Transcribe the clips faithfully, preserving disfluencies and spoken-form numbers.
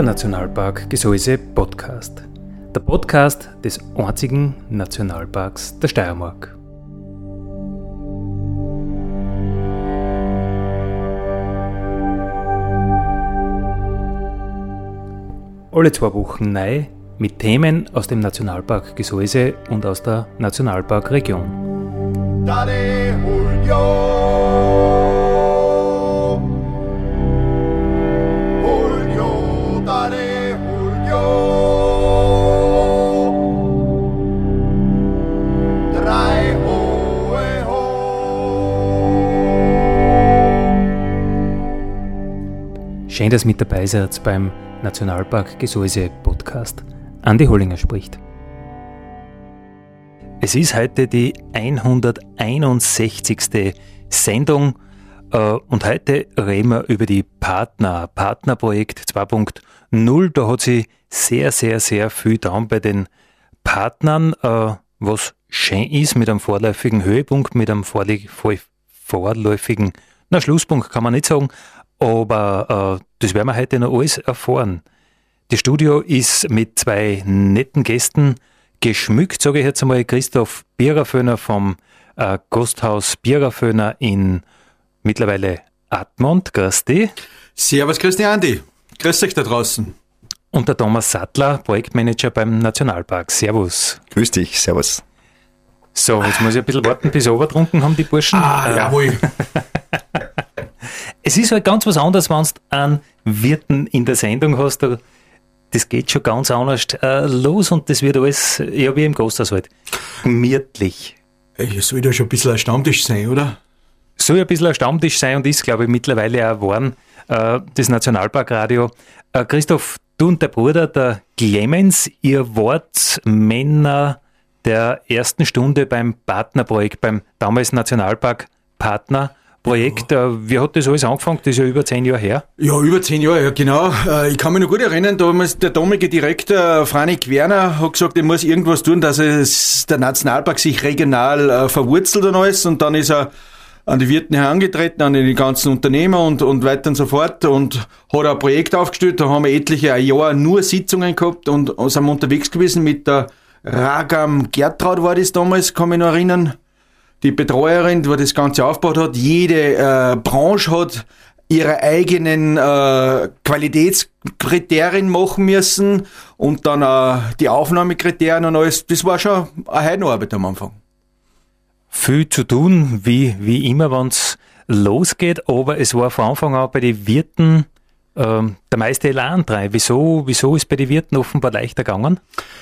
Naturnationalpark Gesäuse Podcast. Der Podcast des einzigen Nationalparks der Steiermark. Alle zwei Wochen neu mit Themen aus dem Nationalpark Gesäuse und aus der Nationalparkregion. Dale Julio, Julio, dale Julio, drei hohe ho. Schön, dass ihr mit dabei seid beim Nationalpark Gesäuse Podcast. Andi Hollinger spricht. Es ist heute die hunderteinundsechzigste Sendung äh, und heute reden wir über die Partner, Partnerprojekt zwei Punkt null. Da hat sich sehr, sehr, sehr viel getan bei den Partnern, äh, was schön ist, mit einem vorläufigen Höhepunkt, mit einem vorläufigen, vorläufigen na, Schlusspunkt kann man nicht sagen, aber äh, das werden wir heute noch alles erfahren. Das Studio ist mit zwei netten Gästen geschmückt, sage ich jetzt einmal. Christoph Biererföhner vom äh, Gasthaus Biererföhner in mittlerweile Admont. Grüß dich. Servus, grüß dich, Andi. Grüß euch da draußen. Und der Thomas Sattler, Projektmanager beim Nationalpark. Servus. Grüß dich, servus. So, jetzt muss ich ein bisschen warten, bis sie runtergetrunken haben, die Burschen. Ah, äh, jawohl. Es ist halt ganz was anderes, wenn du einen Wirten in der Sendung hast. Da, das geht schon ganz anders äh, los und das wird alles, ja, wie im Gasthaus halt, gemütlich. Es soll ja schon ein bisschen ein Stammtisch sein, oder? Soll ein bisschen ein Stammtisch sein und ist, glaube ich, mittlerweile auch geworden, äh, das Nationalparkradio. Äh, Christoph, du und der Bruder, der Clemens, ihr wart Männer der ersten Stunde beim Partnerprojekt, beim damals Nationalpark Partnerprojekt. Ja. Wie hat das alles angefangen? Das ist ja über zehn Jahre her. Ja, über zehn Jahre, ja genau. Ich kann mich noch gut erinnern, damals der damalige Direktor Franik Werner hat gesagt, er muss irgendwas tun, dass es, der Nationalpark sich regional äh, verwurzelt und alles. Und dann ist er an die Wirten herangetreten, an die ganzen Unternehmer und, und weiter und so fort und hat ein Projekt aufgestellt. Da haben wir etliche Jahre nur Sitzungen gehabt und, und sind unterwegs gewesen mit der Ragam Gertraud war das damals, kann mich noch erinnern. Die Betreuerin, die das Ganze aufgebaut hat. Jede äh, Branche hat ihre eigenen äh, Qualitätskriterien machen müssen und dann äh, die Aufnahmekriterien und alles. Das war schon eine Heidenarbeit am Anfang. Viel zu tun, wie, wie immer, wenn es losgeht, aber es war von Anfang an bei den Wirten ähm, der meiste Elan drin. Wieso, wieso ist bei den Wirten offenbar leichter gegangen?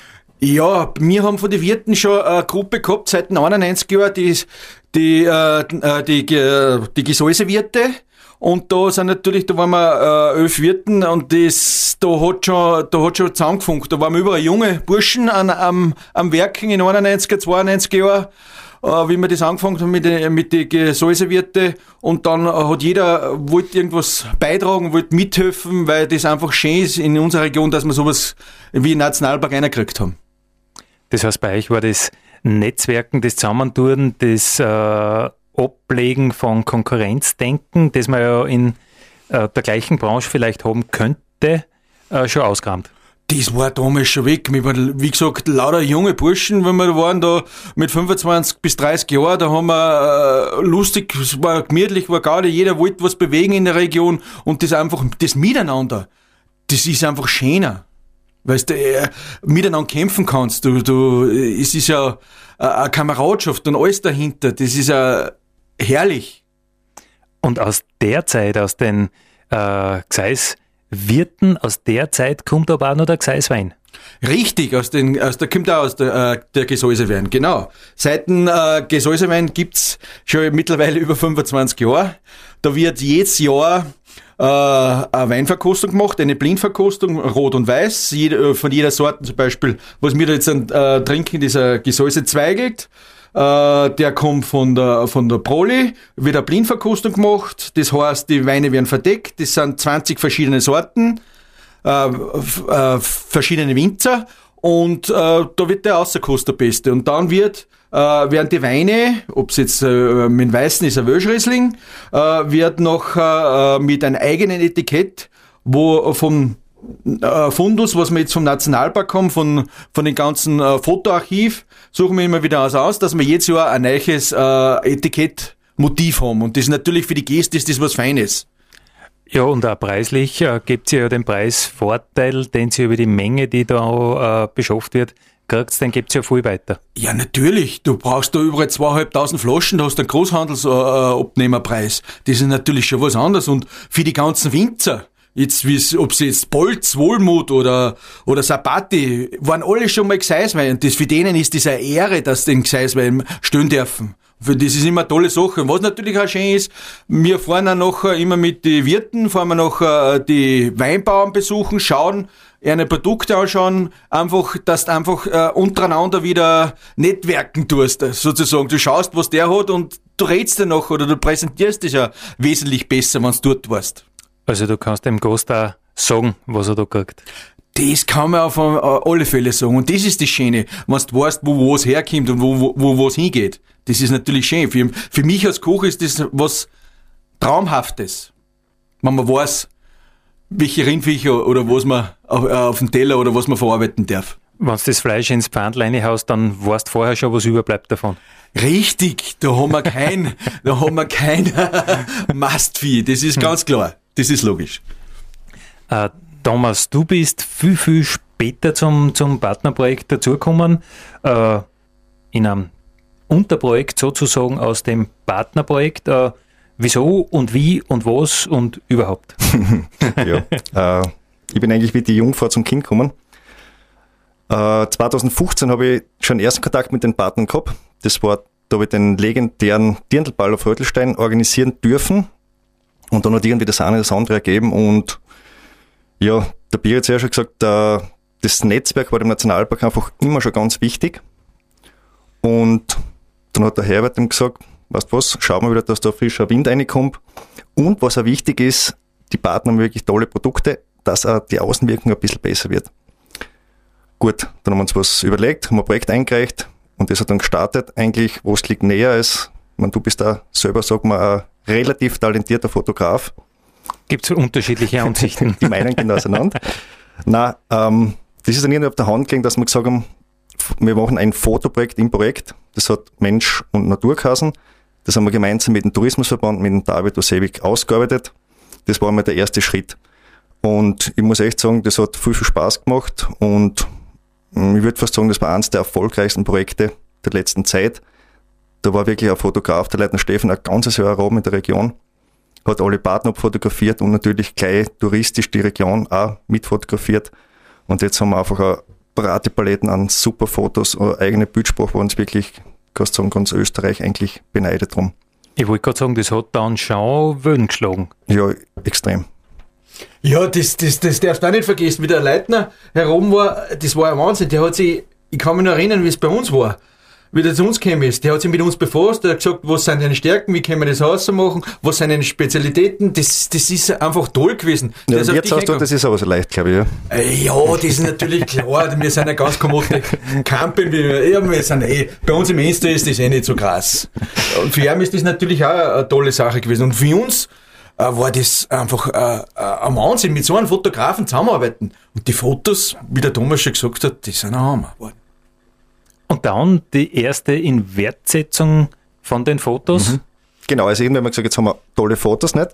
Ja, wir haben von den Wirten schon eine Gruppe gehabt, seit den einundneunzig Jahren, die, die, äh, die, die, die Gesäusewirte. Und da sind natürlich, da waren wir äh, elf Wirten und das, da hat schon, da hat schon zusammengefunkt. Da waren wir überall junge Burschen an, am, am Werken in einundneunziger, zweiundneunzig Jahren, äh, wie wir das angefangen haben mit den, mit den Gesäusewirte. Und dann äh, hat jeder, wollte irgendwas beitragen, wollte mithelfen, weil das einfach schön ist in unserer Region, dass wir sowas wie Nationalpark reingekriegt haben. Das heißt, bei euch war das Netzwerken, das Zusammentun, das äh, Ablegen von Konkurrenzdenken, das man ja in äh, der gleichen Branche vielleicht haben könnte, äh, schon ausgerammt. Das war damals schon weg. Wir waren, wie gesagt, lauter junge Burschen, wenn wir da waren, da mit fünfundzwanzig bis dreißig Jahren, da haben wir äh, lustig, es war gemütlich, war gar nicht, jeder wollte was bewegen in der Region und das einfach, das Miteinander, das ist einfach schöner. Weil du äh, miteinander kämpfen kannst. Du, du, es ist ja äh, eine Kameradschaft und alles dahinter. Das ist ja herrlich. Und aus der Zeit, aus den äh, Gseiswirten, aus der Zeit kommt aber auch noch der Gseiswein. Richtig, aus den, aus der, kommt auch aus der, äh, der Gesäusewein, genau. Seit dem äh, Gesäusewein gibt's schon mittlerweile über fünfundzwanzig Jahre. Da wird jedes Jahr äh, eine Weinverkostung gemacht, eine Blindverkostung, rot und weiß, jede, von jeder Sorte zum Beispiel. Was wir da jetzt äh, trinken, dieser Gesäusezweigelt, äh, der kommt von der, von der Proli, wird eine Blindverkostung gemacht, das heißt, die Weine werden verdeckt, das sind zwanzig verschiedene Sorten, äh, f- äh, verschiedene Winzer und äh, da wird der ausgekostet, der Beste. Und dann wird äh, werden die Weine, ob es jetzt äh, mit dem Weißen ist ein Wölschriesling, äh, wird noch äh, mit einem eigenen Etikett, wo vom äh, Fundus, was wir jetzt vom Nationalpark haben, von, von den ganzen äh, Fotoarchiv, suchen wir immer wieder aus, dass wir jedes Jahr ein neues äh, Etikettmotiv haben. Und das ist natürlich für die Gäste ist das was Feines. Ja, und auch preislich äh, gibt ihr ja den Preisvorteil, den sie über die Menge, die da äh, beschafft wird, kriegt, dann gibt es ja viel weiter. Ja, natürlich. Du brauchst da überall zweieinhalbtausend Flaschen, da hast du einen Großhandelsabnehmerpreis. Das ist natürlich schon was anderes. Und für die ganzen Winzer, jetzt, wie's, ob sie jetzt Bolz, Wohlmut oder, oder Sabati, waren alle schon mal Gseiswein. Und das, für denen ist das eine Ehre, dass sie den Gseiswein stehen dürfen. Für das ist immer eine tolle Sache. Und was natürlich auch schön ist, wir fahren dann nachher immer mit den Wirten, fahren wir nachher die Weinbauern besuchen, schauen, eine Produkte anschauen, einfach, dass du einfach äh, untereinander wieder netzwerken tust, sozusagen. Du schaust, was der hat und du redst dann noch oder du präsentierst dich ja wesentlich besser, wenn du dort warst. Also du kannst dem Gast auch sagen, was er da kriegt. Das kann man auf alle Fälle sagen. Und das ist das Schöne, wenn du weißt, wo was herkommt und wo, wo, wo was hingeht. Das ist natürlich schön. Für, für mich als Koch ist das was Traumhaftes. Wenn man weiß, welche Rindviecher oder was man auf, auf dem Teller oder was man verarbeiten darf. Wenn du das Fleisch ins Pfand reinhaust, dann weißt du vorher schon, was überbleibt davon. Richtig, da haben wir kein, da haben wir kein Mastvieh. Das ist ganz klar. Das ist logisch. Äh, Thomas, du bist viel, viel später zum, zum Partnerprojekt dazugekommen, äh, in einem Unterprojekt sozusagen aus dem Partnerprojekt. Äh, wieso und wie und was und überhaupt? ja, äh, ich bin eigentlich wie die Jungfrau zum Kind gekommen. Äh, zweitausendfünfzehn habe ich schon den ersten Kontakt mit den Partnern gehabt. Das war, da habe ich den legendären Dirndlball auf Rödelstein organisieren dürfen. Und dann hat irgendwie das eine das andere ergeben. Und ja, der Bier hat ja schon gesagt, äh, das Netzwerk war dem Nationalpark einfach immer schon ganz wichtig. Und dann hat der Herbert ihm gesagt, weißt du was, schauen wir wieder, dass da frischer Wind reinkommt. Und was auch wichtig ist, die Partner haben wirklich tolle Produkte, dass auch die Außenwirkung ein bisschen besser wird. Gut, dann haben wir uns was überlegt, haben ein Projekt eingereicht und das hat dann gestartet. Eigentlich, was liegt näher als, ich meine, du bist da selber, sag mal, ein relativ talentierter Fotograf. Gibt es unterschiedliche Ansichten? Die Meinungen gehen auseinander. Nein, ähm, das ist dann irgendwie auf der Hand gelegen, dass wir gesagt haben, wir machen ein Fotoprojekt im Projekt. Das hat Mensch und Natur geheißen. Das haben wir gemeinsam mit dem Tourismusverband, mit dem David Osewik ausgearbeitet. Das war mal der erste Schritt. Und ich muss echt sagen, das hat viel, viel Spaß gemacht und ich würde fast sagen, das war eines der erfolgreichsten Projekte der letzten Zeit. Da war wirklich ein Fotograf, der Leutnant Stefan, ein ganzes Jahr oben in der Region, hat alle Partner fotografiert und natürlich gleich touristisch die Region auch mitfotografiert. Und jetzt haben wir einfach eine breite Paletten an super Fotos, eine eigene Bildsprache, wo uns wirklich, kannst du sagen, ganz Österreich eigentlich beneidet drum. Ich wollte gerade sagen, das hat dann schon Wellen geschlagen. Ja, extrem. Ja, das, das, das darfst du auch nicht vergessen, wie der Leutner herum war, das war ein Wahnsinn. Der hat sich, ich kann mich noch erinnern, wie es bei uns war, wie der zu uns gekommen ist. Der hat sich mit uns befasst, der hat gesagt, was sind deine Stärken, wie können wir das ausmachen, was sind deine Spezialitäten, das, das ist einfach toll gewesen. Ja, das, jetzt hast du, das ist aber so leicht, glaube ich. Ja, äh, ja, das ist natürlich klar, wir sind ja ganz kommode Campen, wir, ja, wir sind eh, bei uns im Insta ist das eh nicht so krass. Und für ihn ist das natürlich auch eine tolle Sache gewesen. Und für uns äh, war das einfach äh, ein Wahnsinn, mit so einem Fotografen zusammenarbeiten. Und die Fotos, wie der Thomas schon gesagt hat, die sind ein Hammer geworden. Und dann die erste Inwertsetzung von den Fotos. Mhm. Genau, also irgendwann haben wir gesagt, jetzt haben wir tolle Fotos, nicht?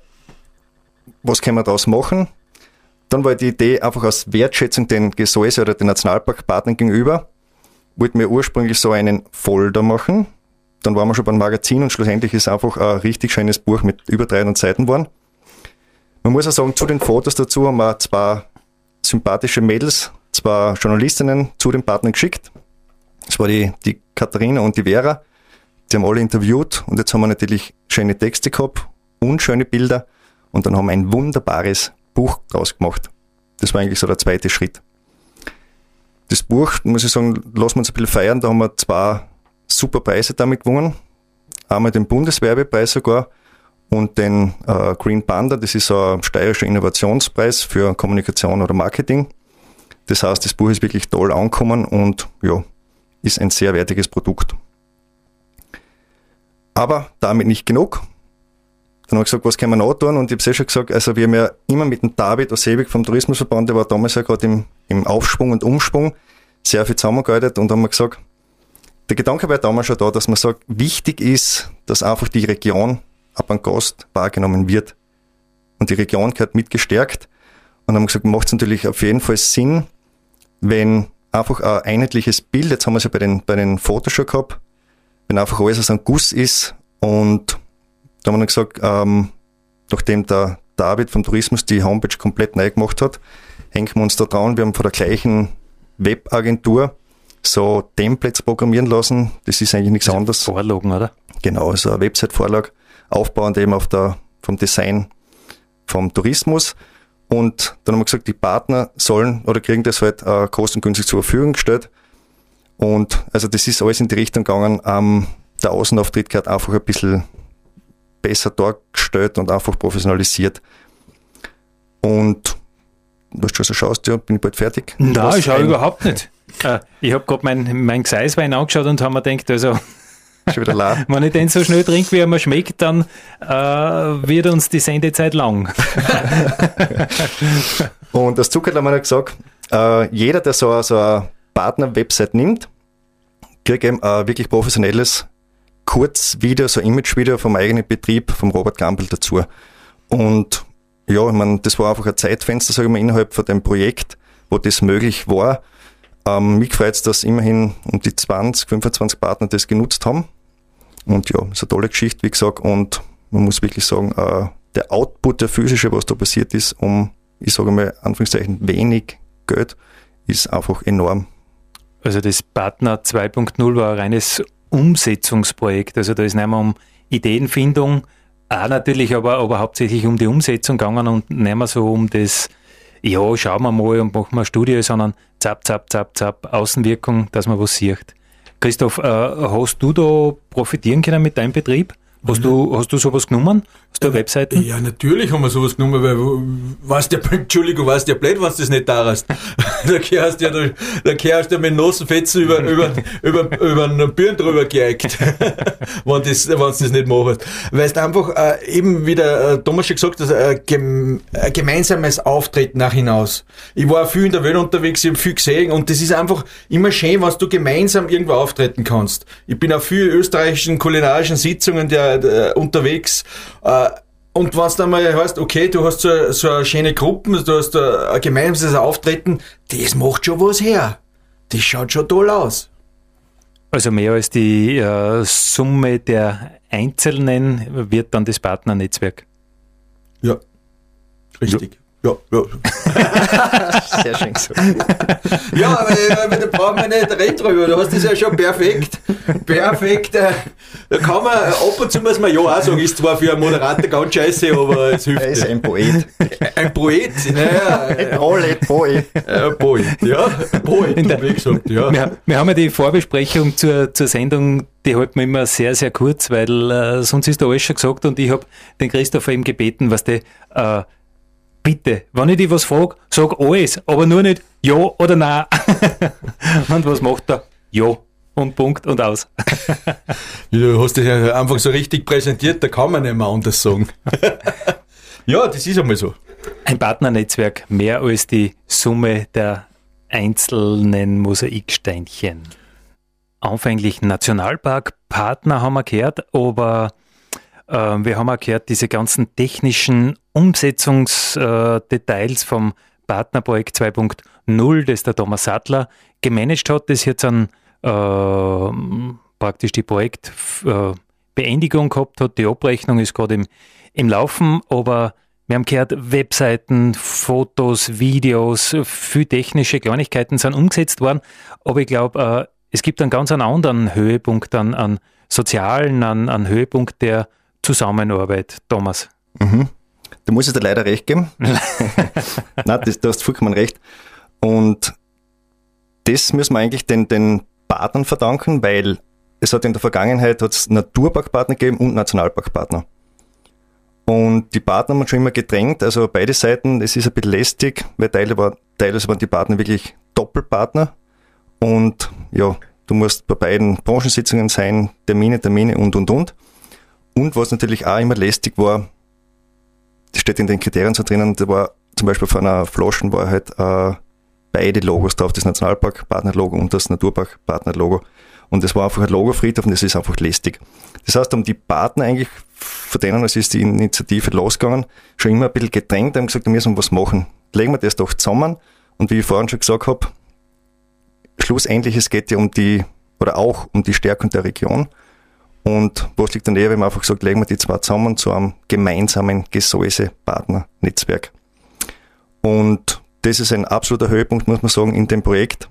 Was können wir daraus machen? Dann war die Idee einfach aus Wertschätzung den Gesäuse oder den Nationalparkpartnern gegenüber, wollten wir ursprünglich so einen Folder machen. Dann waren wir schon beim Magazin und schlussendlich ist einfach ein richtig schönes Buch mit über dreihundert Seiten geworden. Man muss auch sagen, zu den Fotos dazu haben wir zwei sympathische Mädels, zwei Journalistinnen zu den Partnern geschickt. Das war die, die Katharina und die Vera. Die haben alle interviewt und jetzt haben wir natürlich schöne Texte gehabt und schöne Bilder und dann haben wir ein wunderbares Buch draus gemacht. Das war eigentlich so der zweite Schritt. Das Buch, muss ich sagen, lassen wir uns ein bisschen feiern, da haben wir zwei super Preise damit gewonnen. Einmal den Bundeswerbepreis sogar und den äh, Green Panda, das ist so ein steirischer Innovationspreis für Kommunikation oder Marketing. Das heißt, das Buch ist wirklich toll angekommen und ja, ist ein sehr wertiges Produkt. Aber damit nicht genug. Dann habe ich gesagt, was können wir noch tun? Und ich habe eh schon gesagt, also wir haben ja immer mit dem David Osebig vom Tourismusverband, der war damals ja gerade im, im Aufschwung und Umschwung, sehr viel zusammengearbeitet und haben wir gesagt, der Gedanke war damals schon da, dass man sagt, wichtig ist, dass einfach die Region ab einem Gast wahrgenommen wird. Und die Region gehört mit gestärkt. Und dann haben wir gesagt, macht es natürlich auf jeden Fall Sinn, wenn einfach ein einheitliches Bild, jetzt haben wir es ja bei den, bei den Fotos schon gehabt, wenn einfach alles aus einem Guss ist. Und da haben wir dann gesagt, ähm, nachdem der David vom Tourismus die Homepage komplett neu gemacht hat, hängen wir uns da dran. Wir haben von der gleichen Webagentur so Templates programmieren lassen. Das ist eigentlich nichts also anderes. Vorlagen, oder? Genau, also eine Website-Vorlage, aufbauend eben auf der, vom Design vom Tourismus. Und dann haben wir gesagt, die Partner sollen oder kriegen das halt äh, kostengünstig zur Verfügung gestellt. Und also das ist alles in die Richtung gegangen. Ähm, der Außenauftritt gehört einfach ein bisschen besser dargestellt und einfach professionalisiert. Und was du schon so schaust, ja, bin ich bald fertig. Nein, ich schaue überhaupt nicht. Äh, ich habe gerade mein, mein Gseiswein angeschaut und habe mir gedacht, also schon wieder leer. Wenn ich den so schnell trinke, wie er mir schmeckt, dann äh, wird uns die Sendezeit lang. Und das Zuckerl haben wir gesagt, äh, jeder, der so, so eine Partner-Website nimmt, kriegt eben ein wirklich professionelles Kurzvideo, so Image-Video vom eigenen Betrieb, vom Robert Gampel dazu. Und ja, ich meine, das war einfach ein Zeitfenster, sage ich mal, innerhalb von dem Projekt, wo das möglich war. Ähm, mich freut es, dass immerhin um die zwanzig, fünfundzwanzig Partner das genutzt haben. Und ja, ist eine tolle Geschichte, wie gesagt. Und man muss wirklich sagen, äh, der Output, der physische, was da passiert ist, um, ich sage mal, Anführungszeichen, wenig Geld, ist einfach enorm. Also das Partner zwei Punkt null war ein reines Umsetzungsprojekt. Also da ist nicht mehr um Ideenfindung, auch natürlich, aber, aber hauptsächlich um die Umsetzung gegangen und nicht mehr so um das, ja, schauen wir mal und machen wir eine Studie, sondern zapp, zapp, zapp, zapp, Außenwirkung, dass man was sieht. Christoph, äh, hast du da profitieren können mit deinem Betrieb? Hast du, hast du sowas genommen? Hast du eine Webseite? Ja, natürlich haben wir sowas genommen, weil, weißt du, Entschuldigung, weißt du, ja blöd, wenn du das nicht da hast. Da gehst du ja, da, da gehst du ja mit dem Nasenfetzen über, über, über, über einen Birn drüber geeigt, wenn das, wenn du das nicht machst. Weil es einfach, äh, eben, wie der äh, Thomas schon gesagt hat, äh, gem, ein gemeinsames Auftreten nach hinaus. Ich war viel in der Welt unterwegs, ich habe viel gesehen und das ist einfach immer schön, wenn du gemeinsam irgendwo auftreten kannst. Ich bin auf vielen österreichischen kulinarischen Sitzungen der, der unterwegs, äh, und wenn es dann mal heißt, okay, du hast so, so eine schöne Gruppe, du hast ein gemeinsames Auftreten, das macht schon was her. Das schaut schon toll aus. Also mehr als die äh, Summe der Einzelnen wird dann das Partnernetzwerk. Ja, richtig. Ja, ja. Sehr schön gesagt. Ja, aber äh, da brauchen wir nicht reden drüber. Du hast das ja schon perfekt. Perfekt. Äh, da kann man, äh, ab und zu muss man ja auch sagen, ist zwar für einen Moderator ganz scheiße, aber es hilft. Er ist ein Poet. Ein Poet, naja. Ein Prolet, Poet. Äh, Poet, ja. Poet, In der, wie gesagt, ja. Wir, wir haben ja die Vorbesprechung zur, zur Sendung, die halten wir immer sehr, sehr kurz, weil äh, sonst ist da alles schon gesagt und ich habe den Christopher eben gebeten, was der äh, bitte, wenn ich dich was frage, sag alles, aber nur nicht ja oder nein. Und was macht er? Ja und Punkt und aus. Du hast das ja einfach so richtig präsentiert, da kann man nicht mehr anders sagen. Ja, das ist einmal so. Ein Partnernetzwerk, mehr als die Summe der einzelnen Mosaiksteinchen. Anfänglich Nationalparkpartner haben wir gehört, aber äh, wir haben auch gehört, diese ganzen technischen Umsetzungsdetails äh, vom Partnerprojekt zwei Punkt null, das der Thomas Sattler gemanagt hat, das jetzt an äh, praktisch die Projektbeendigung äh, gehabt hat. Die Abrechnung ist gerade im, im Laufen, aber wir haben gehört, Webseiten, Fotos, Videos, viel technische Kleinigkeiten sind umgesetzt worden, aber ich glaube, äh, es gibt einen ganz anderen Höhepunkt, an, an sozialen, an, an Höhepunkt der Zusammenarbeit, Thomas. Mhm. Da muss ich dir leider recht geben. Nein, das, du hast vollkommen recht. Und das müssen wir eigentlich den, den Partnern verdanken, weil es hat in der Vergangenheit hat's Naturparkpartner gegeben und Nationalparkpartner. Und die Partner haben uns schon immer gedrängt, also beide Seiten, es ist ein bisschen lästig, weil teilweise, war, teilweise waren die Partner wirklich Doppelpartner. Und ja, du musst bei beiden Branchensitzungen sein, Termine, Termine und, und, und. Und was natürlich auch immer lästig war, das steht in den Kriterien so drinnen, da war zum Beispiel von einer Flaschen war halt äh, beide Logos drauf, das Nationalpark-Partner-Logo und das Naturpark-Partner-Logo. Und das war einfach ein Logo-Friedhof und das ist einfach lästig. Das heißt, um die Partner eigentlich, von denen es ist die Initiative losgegangen, schon immer ein bisschen gedrängt, haben gesagt, wir müssen was machen. Legen wir das doch zusammen. Und wie ich vorhin schon gesagt habe, schlussendlich es geht ja um die, oder auch um die Stärkung der Region. Und was liegt dann näher, wenn man einfach sagt, legen wir die zwei zusammen zu einem gemeinsamen Gesäuse-Partner-Netzwerk. Und das ist ein absoluter Höhepunkt, muss man sagen, in dem Projekt.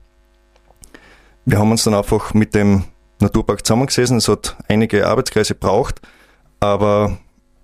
Wir haben uns dann einfach mit dem Naturpark zusammengesessen. Es hat einige Arbeitskreise gebraucht, aber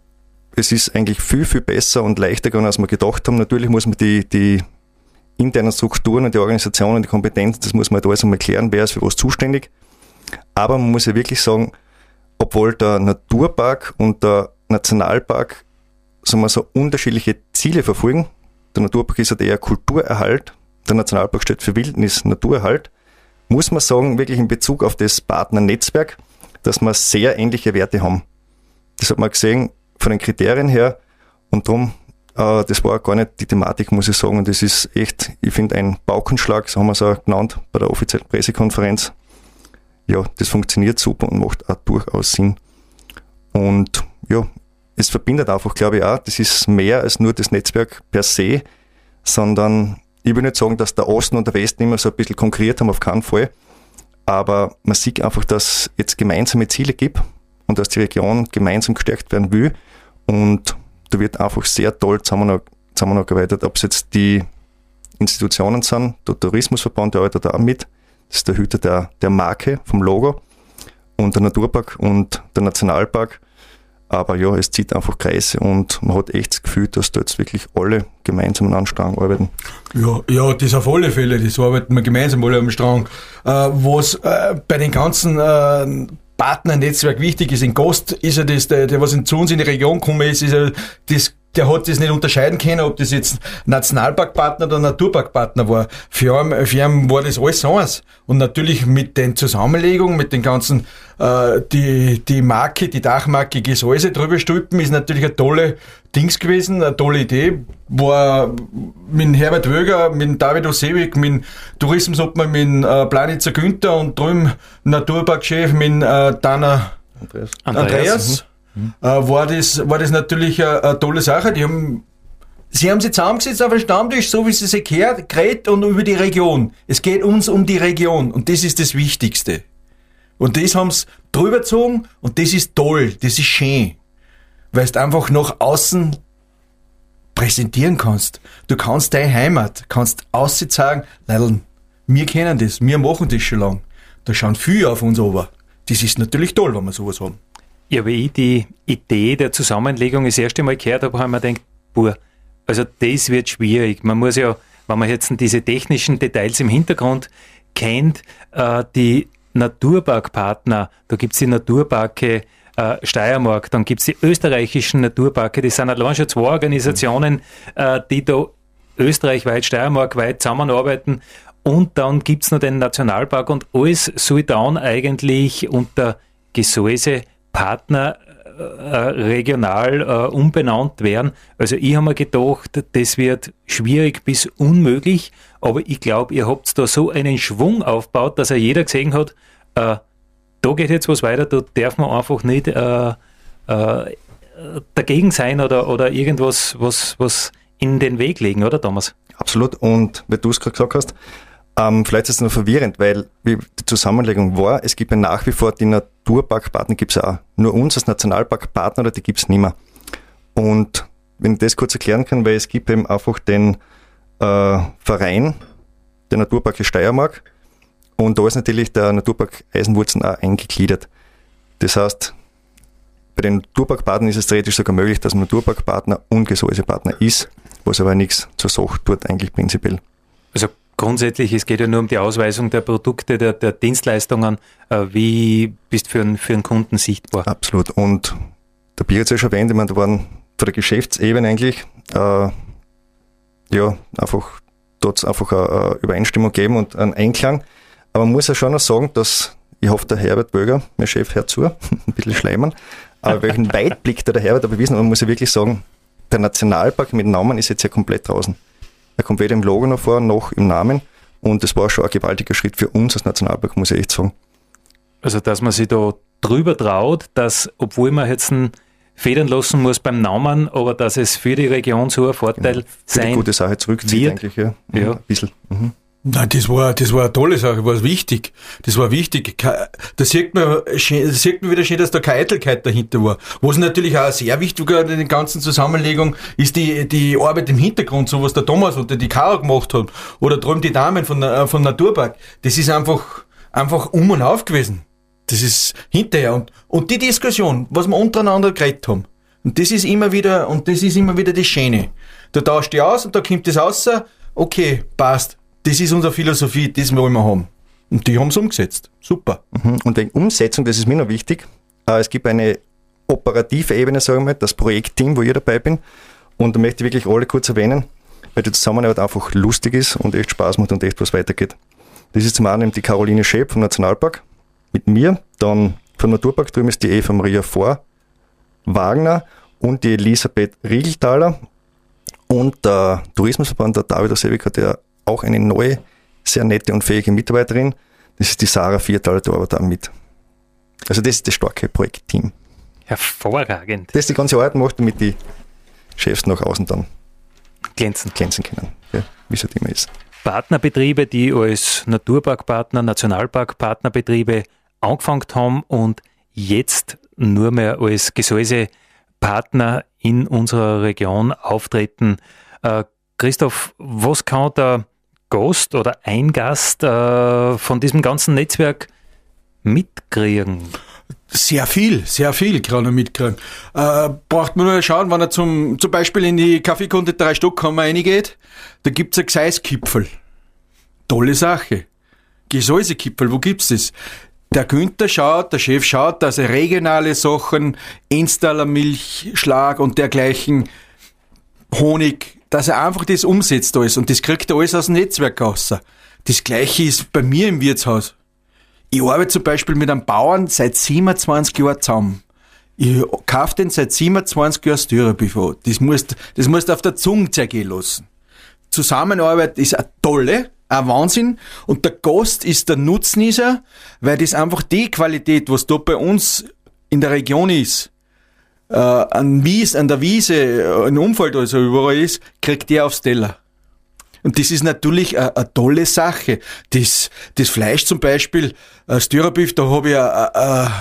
es ist eigentlich viel, viel besser und leichter gegangen, als wir gedacht haben. Natürlich muss man die, die internen Strukturen und die Organisationen, die Kompetenz, das muss man halt alles einmal klären, wer ist für was zuständig. Aber man muss ja wirklich sagen, obwohl der Naturpark und der Nationalpark, sagen wir so, unterschiedliche Ziele verfolgen. Der Naturpark ist halt eher Kulturerhalt, der Nationalpark steht für Wildnis, Naturerhalt. Muss man sagen, wirklich in Bezug auf das Partnernetzwerk, dass wir sehr ähnliche Werte haben. Das hat man gesehen von den Kriterien her und darum, äh, das war gar nicht die Thematik, muss ich sagen, und das ist echt, ich finde, ein Paukenschlag, so haben wir es auch genannt bei der offiziellen Pressekonferenz. Ja, das funktioniert super und macht auch durchaus Sinn. Und ja, es verbindet einfach, glaube ich auch, das ist mehr als nur das Netzwerk per se, sondern ich will nicht sagen, dass der Osten und der Westen immer so ein bisschen konkurriert haben, auf keinen Fall. Aber man sieht einfach, dass es jetzt gemeinsame Ziele gibt und dass die Region gemeinsam gestärkt werden will. Und da wird einfach sehr toll zusammengearbeitet, ob es jetzt die Institutionen sind, der Tourismusverband, der arbeitet da auch mit. Das ist der Hüter der, der Marke vom Logo und der Naturpark und der Nationalpark. Aber ja, es zieht einfach Kreise und man hat echt das Gefühl, dass da jetzt wirklich alle gemeinsam an einem Strang arbeiten. Ja, ja, das auf alle Fälle, das arbeiten wir gemeinsam alle am Strang. Äh, was äh, bei den ganzen äh, Partnernetzwerk wichtig ist, in Gast ist ja das, der, der was in, zu uns in die Region gekommen ist, ist ja das, der hat das nicht unterscheiden können, ob das jetzt Nationalparkpartner oder Naturparkpartner war. Für ihn, für ihn war das alles eins. Und natürlich mit den Zusammenlegungen, mit den ganzen, äh, die, die Marke, die Dachmarke Gesäuse drüber stülpen, ist natürlich eine tolle Dings gewesen, eine tolle Idee. War mit Herbert Wöger, mit David Osewig, mit Tourismusobmann, mit äh, Planitzer Günther und drüben Naturparkchef mit äh, Dana Andreas. Andreas. Andreas. Mhm. Äh, war das, war das natürlich eine, eine tolle Sache. Die haben, sie haben sich zusammengesetzt auf einen Stammtisch, so wie sie sich gehört, geredet und über die Region. Es geht uns um die Region und das ist das Wichtigste. Und das haben sie drüber gezogen und das ist toll, das ist schön. Weil du einfach nach außen präsentieren kannst. Du kannst deine Heimat, kannst aussehen sagen, Leidl, wir kennen das, wir machen das schon lang. Da schauen viele auf uns runter. Das ist natürlich toll, wenn wir sowas haben. Ja, wie ich die Idee der Zusammenlegung das erste Mal gehört habe, habe ich mir gedacht, boah, also das wird schwierig. Man muss ja, wenn man jetzt diese technischen Details im Hintergrund kennt, äh, die Naturparkpartner, da gibt es die Naturparke äh, Steiermark, dann gibt es die österreichischen Naturparke, das sind allein schon zwei Organisationen, äh, die da österreichweit, steiermarkweit zusammenarbeiten. Und dann gibt es noch den Nationalpark und alles soll dann eigentlich unter Gesäuse Partner äh, regional äh, umbenannt werden. Also ich habe mir gedacht, das wird schwierig bis unmöglich, aber ich glaube, ihr habt da so einen Schwung aufgebaut, dass ja jeder gesehen hat, äh, da geht jetzt was weiter, da darf man einfach nicht äh, äh, dagegen sein oder, oder irgendwas was, was in den Weg legen, oder Thomas? Absolut, und wie du es gerade gesagt hast, Ähm, vielleicht ist es noch verwirrend, weil wie die Zusammenlegung war, es gibt ja nach wie vor die Naturparkpartner, gibt es auch. Nur uns als Nationalparkpartner, die gibt es nicht mehr. Und wenn ich das kurz erklären kann, weil es gibt eben einfach den äh, Verein, der Naturpark Steiermark, und da ist natürlich der Naturpark Eisenwurzen auch eingegliedert. Das heißt, bei den Naturparkpartnern ist es theoretisch sogar möglich, dass man Naturparkpartner und Gesäusepartner ist, was aber nichts zur Sache tut eigentlich prinzipiell. Also grundsätzlich, es geht ja nur um die Ausweisung der Produkte, der, der Dienstleistungen. Äh, wie bist du für einen, für einen Kunden sichtbar? Absolut. Und der Bier hat es ja schon erwähnt, ich meine, da waren von der Geschäftsebene eigentlich, äh, ja, einfach, dort es einfach eine Übereinstimmung geben und einen Einklang. Aber man muss ja schon noch sagen, dass, ich hoffe, der Herbert Böger, mein Chef, hört zu, ein bisschen schleimen, aber welchen Weitblick da der Herbert da bewiesen hat, man muss ja wirklich sagen, der Nationalpark mit Namen ist jetzt ja komplett draußen. Er kommt weder im Logo noch vor, noch im Namen. Und das war schon ein gewaltiger Schritt für uns als Nationalpark, muss ich echt sagen. Also, dass man sich da drüber traut, dass, obwohl man jetzt einen federn lassen muss beim Namen, aber dass es für die Region so ein Vorteil genau. Für sein die gute Sache zurückzieht, wird. eigentlich, ja. Ja. Ein bisschen. Mhm. Nein, das war, das war eine tolle Sache, war wichtig. Das war wichtig. Da sieht man, schön, da sieht man wieder schön, dass da keine Eitelkeit dahinter war. Was natürlich auch sehr wichtig war in der ganzen Zusammenlegung, ist die, die Arbeit im Hintergrund, so was der Thomas oder die Caro gemacht hat, oder drüben die Damen von, äh, von Naturpark. Das ist einfach, einfach um und auf gewesen. Das ist hinterher. Und, und die Diskussion, was wir untereinander geredet haben. Und das ist immer wieder, und das ist immer wieder das Schöne. Da tauscht die aus und da kommt das raus, okay, passt. Das ist unsere Philosophie, das wollen wir haben. Und die haben es umgesetzt. Super. Mhm. Und wegen Umsetzung, das ist mir noch wichtig. Äh, es gibt eine operative Ebene, sagen wir mal, das Projektteam, wo ich dabei bin. Und da möchte ich wirklich alle kurz erwähnen, weil die Zusammenarbeit einfach lustig ist und echt Spaß macht und echt was weitergeht. Das ist zum einen die Caroline Schäb vom Nationalpark mit mir, dann vom Naturpark drüben ist die Eva Maria Vor Wagner und die Elisabeth Riegelthaler und der Tourismusverband, der David Osewik, hat ja auch eine neue, sehr nette und fähige Mitarbeiterin. Das ist die Sarah Vierthaler, die arbeitet auch mit. Also das ist das starke Projektteam. Hervorragend. Das die ganze Arbeit macht, damit die Chefs nach außen dann Glänzen. glänzen können, ja, wie es halt immer ist. Partnerbetriebe, die als Naturparkpartner, Nationalparkpartnerbetriebe angefangen haben und jetzt nur mehr als Gesäusepartner in unserer Region auftreten. Äh, Christoph, was kann der Gast oder ein Gast äh, von diesem ganzen Netzwerk mitkriegen? Sehr viel, sehr viel kann er mitkriegen. Äh, braucht man nur schauen, wenn er zum, zum Beispiel in die Kaffeekonditorei Stockhammer reingeht, da gibt's ein Gseis-Kipfel. Tolle Sache. Gesäusekipfel, wo gibt's das? Der Günther schaut, der Chef schaut, dass er regionale Sachen, Installer Milchschlag und dergleichen, Honig, dass er einfach das umsetzt alles und das kriegt er alles aus dem Netzwerk raus. Das Gleiche ist bei mir im Wirtshaus. Ich arbeite zum Beispiel mit einem Bauern seit siebenundzwanzig Jahren zusammen. Ich kaufe den seit siebenundzwanzig Jahren Störerbuffet. Das musst, das musst du auf der Zunge zergehen lassen. Zusammenarbeit ist eine tolle, ein Wahnsinn. Und der Gast ist der Nutznießer, weil das einfach die Qualität, was da bei uns in der Region ist, äh, an, Wies, an der Wiese, im Umfeld also überall ist, kriegt der aufs Teller. Und das ist natürlich eine, eine tolle Sache. Das, das Fleisch zum Beispiel, äh, Störerbuff, da habe ich ein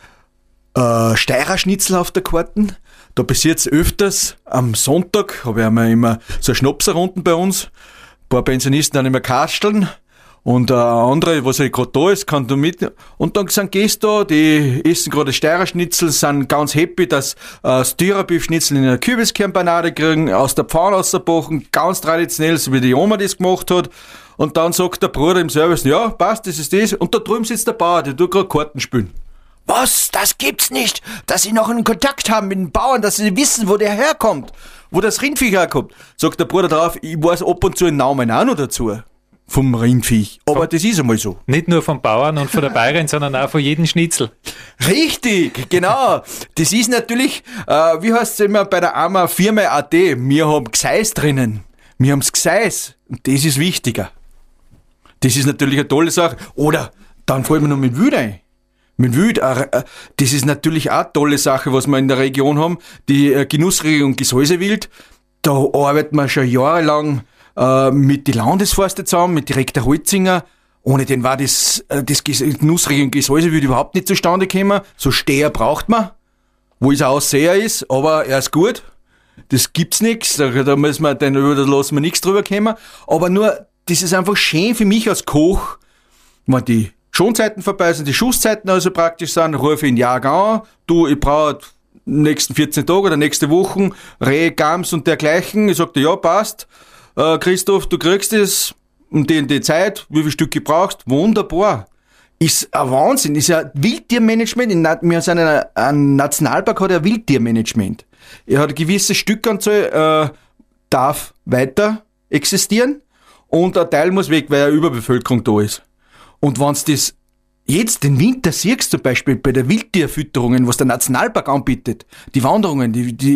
äh, Steirer-Schnitzel auf der Karten. Da passiert's öfters. Am Sonntag habe ich einmal immer so eine Schnapserrunden bei uns. Ein paar Pensionisten dann immer kasteln. Und äh, andere, was halt gerade da ist, kann da mit. Und dann sind Gäste da, die essen gerade Steirer-Schnitzel, sind ganz happy, dass äh, Störerbuff-Schnitzel in einer Kürbiskernpanade kriegen, aus der Pfanne rausgebrochen, ganz traditionell, so wie die Oma das gemacht hat. Und dann sagt der Bruder im Service, ja, passt, das ist das. Und da drüben sitzt der Bauer, der tut gerade Karten spielen. Was? Das gibt's nicht, dass sie noch einen Kontakt haben mit den Bauern, dass sie wissen, wo der herkommt, wo das Rindviech herkommt. Sagt der Bruder drauf, ich weiß ab und zu den Namen auch noch dazu. Vom Rindviech. Aber vom, das ist einmal so. Nicht nur vom Bauern und von der Bäuerin, sondern auch von jedem Schnitzel. Richtig, genau. Das ist natürlich, äh, wie heißt es immer bei der Arma Firma A T, wir haben Gseis drinnen. Wir haben das Gseis. Und das ist wichtiger. Das ist natürlich eine tolle Sache. Oder, dann fallen wir noch mit Wild ein. Mit Wild, äh, das ist natürlich auch eine tolle Sache, was wir in der Region haben. Die äh, Genussregion Gesäusewild, da arbeiten wir schon jahrelang äh, mit die Landesforste zusammen, mit Direktor Holzinger. Ohne den war das, äh, das Genussregion Gesäusewild überhaupt nicht zustande gekommen. So Steher braucht man, wo es auch sehr ist, aber er ist gut. Das gibt's nix, da, da müssen wir, dann da lassen wir nichts drüber kommen. Aber nur, das ist einfach schön für mich als Koch, wenn die Schonzeiten vorbei sind, die Schusszeiten also praktisch sind, rufe ich in Jahrgang an, du, ich brauche nächsten vierzehn Tage oder nächste Wochen Reh, Gams und dergleichen. Ich sagte, ja, passt. Äh, Christoph, du kriegst es um die, die Zeit, wie viel Stück du brauchst. Wunderbar. Ist ein Wahnsinn. Ist ja Wildtiermanagement. Wir sind ein, ein Nationalpark, hat ja Wildtiermanagement. Er hat eine gewisse Stückanzahl, äh, darf weiter existieren und ein Teil muss weg, weil eine Überbevölkerung da ist. Und wenn's das jetzt den Winter siehst, zum Beispiel bei der Wildtierfütterungen, was der Nationalpark anbietet, die Wanderungen, die, die,